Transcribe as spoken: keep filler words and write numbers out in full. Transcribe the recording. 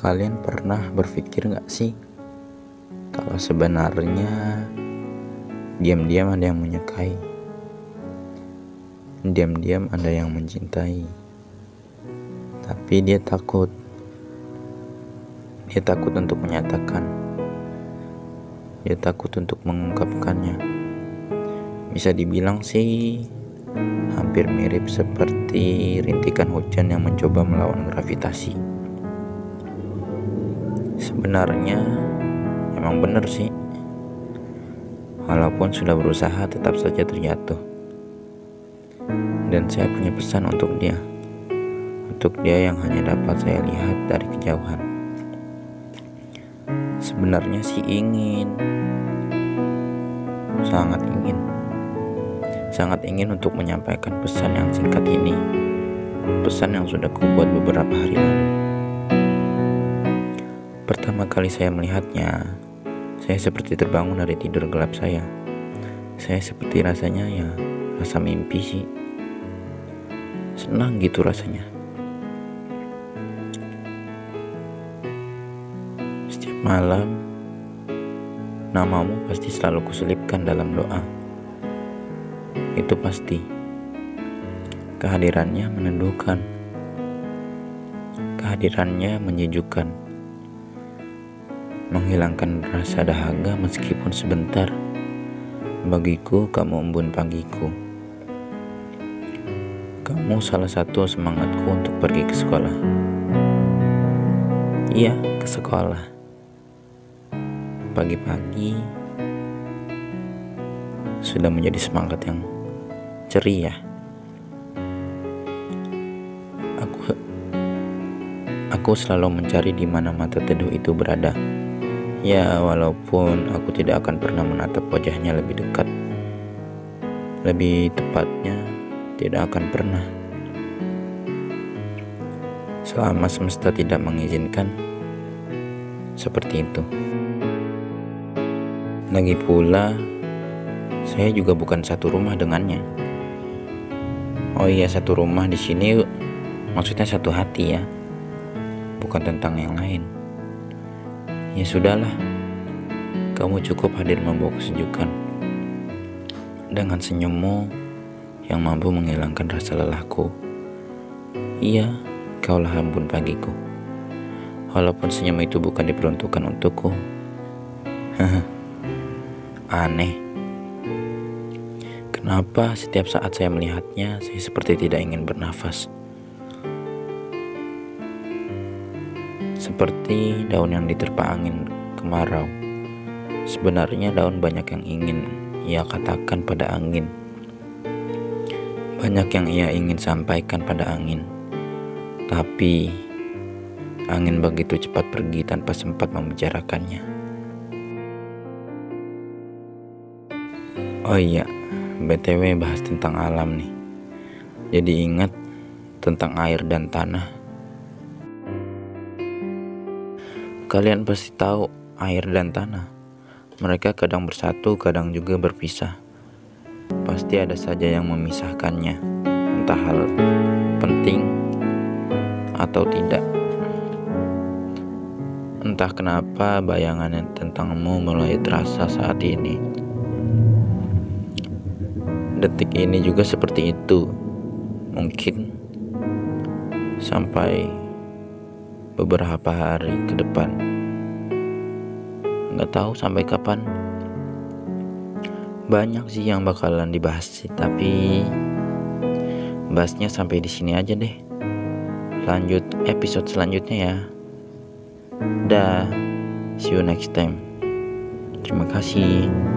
Kalian pernah berpikir gak sih kalau sebenarnya diam-diam ada yang menyukai, diam-diam ada yang mencintai, tapi dia takut. Dia takut untuk menyatakan, dia takut untuk mengungkapkannya. Bisa dibilang sih hampir mirip seperti rintikan hujan yang mencoba melawan gravitasi. Sebenarnya emang benar sih, walaupun sudah berusaha tetap saja terjatuh. Dan saya punya pesan untuk dia, untuk dia yang hanya dapat saya lihat dari kejauhan. Sebenarnya sih ingin, sangat ingin, sangat ingin untuk menyampaikan pesan yang singkat ini, pesan yang sudah kubuat beberapa hari lalu. Pertama kali saya melihatnya, saya seperti terbangun dari tidur gelap saya. Saya seperti rasanya ya, rasa mimpi sih. Senang gitu rasanya. Setiap malam, namamu pasti selalu kuselipkan dalam doa. Itu pasti. Kehadirannya menentukan. Kehadirannya menyejukkan. Menghilangkan rasa dahaga meskipun sebentar. Bagiku kamu embun pagiku. Kamu salah satu semangatku untuk pergi ke sekolah. Iya, ke sekolah. Pagi-pagi sudah menjadi semangat yang ceria. Aku aku selalu mencari di mana mata teduh itu berada. Ya, walaupun aku tidak akan pernah menatap wajahnya lebih dekat. Lebih tepatnya, tidak akan pernah. Selama semesta tidak mengizinkan, seperti itu. Lagi pula, saya juga bukan satu rumah dengannya. Oh iya, satu rumah di sini maksudnya satu hati ya, bukan tentang yang lain. Ya sudahlah, kamu cukup hadir membawa kesejukan. Dengan senyummu yang mampu menghilangkan rasa lelahku. Iya, kaulah embun pagiku. Walaupun senyum itu bukan diperuntukkan untukku. Aneh. Kenapa setiap saat saya melihatnya, saya seperti tidak ingin bernafas. Seperti daun yang diterpa angin kemarau. Sebenarnya daun banyak yang ingin ia katakan pada angin. Banyak yang ia ingin sampaikan pada angin. Tapi angin begitu cepat pergi tanpa sempat membicarakannya. Oh iya, B T W bahas tentang alam nih. Jadi ingat tentang air dan tanah. Kalian pasti tahu air dan tanah. Mereka kadang bersatu, kadang juga berpisah. Pasti ada saja yang memisahkannya, entah hal penting atau tidak. Entah kenapa bayangan tentangmu mulai terasa saat ini. Detik ini juga seperti itu. Mungkin sampai beberapa hari ke depan. Nggak tahu sampai kapan. Banyak sih yang bakalan dibahas sih, tapi bahasnya sampai di sini aja deh. Lanjut episode selanjutnya ya. Dah, see you next time. Terima kasih.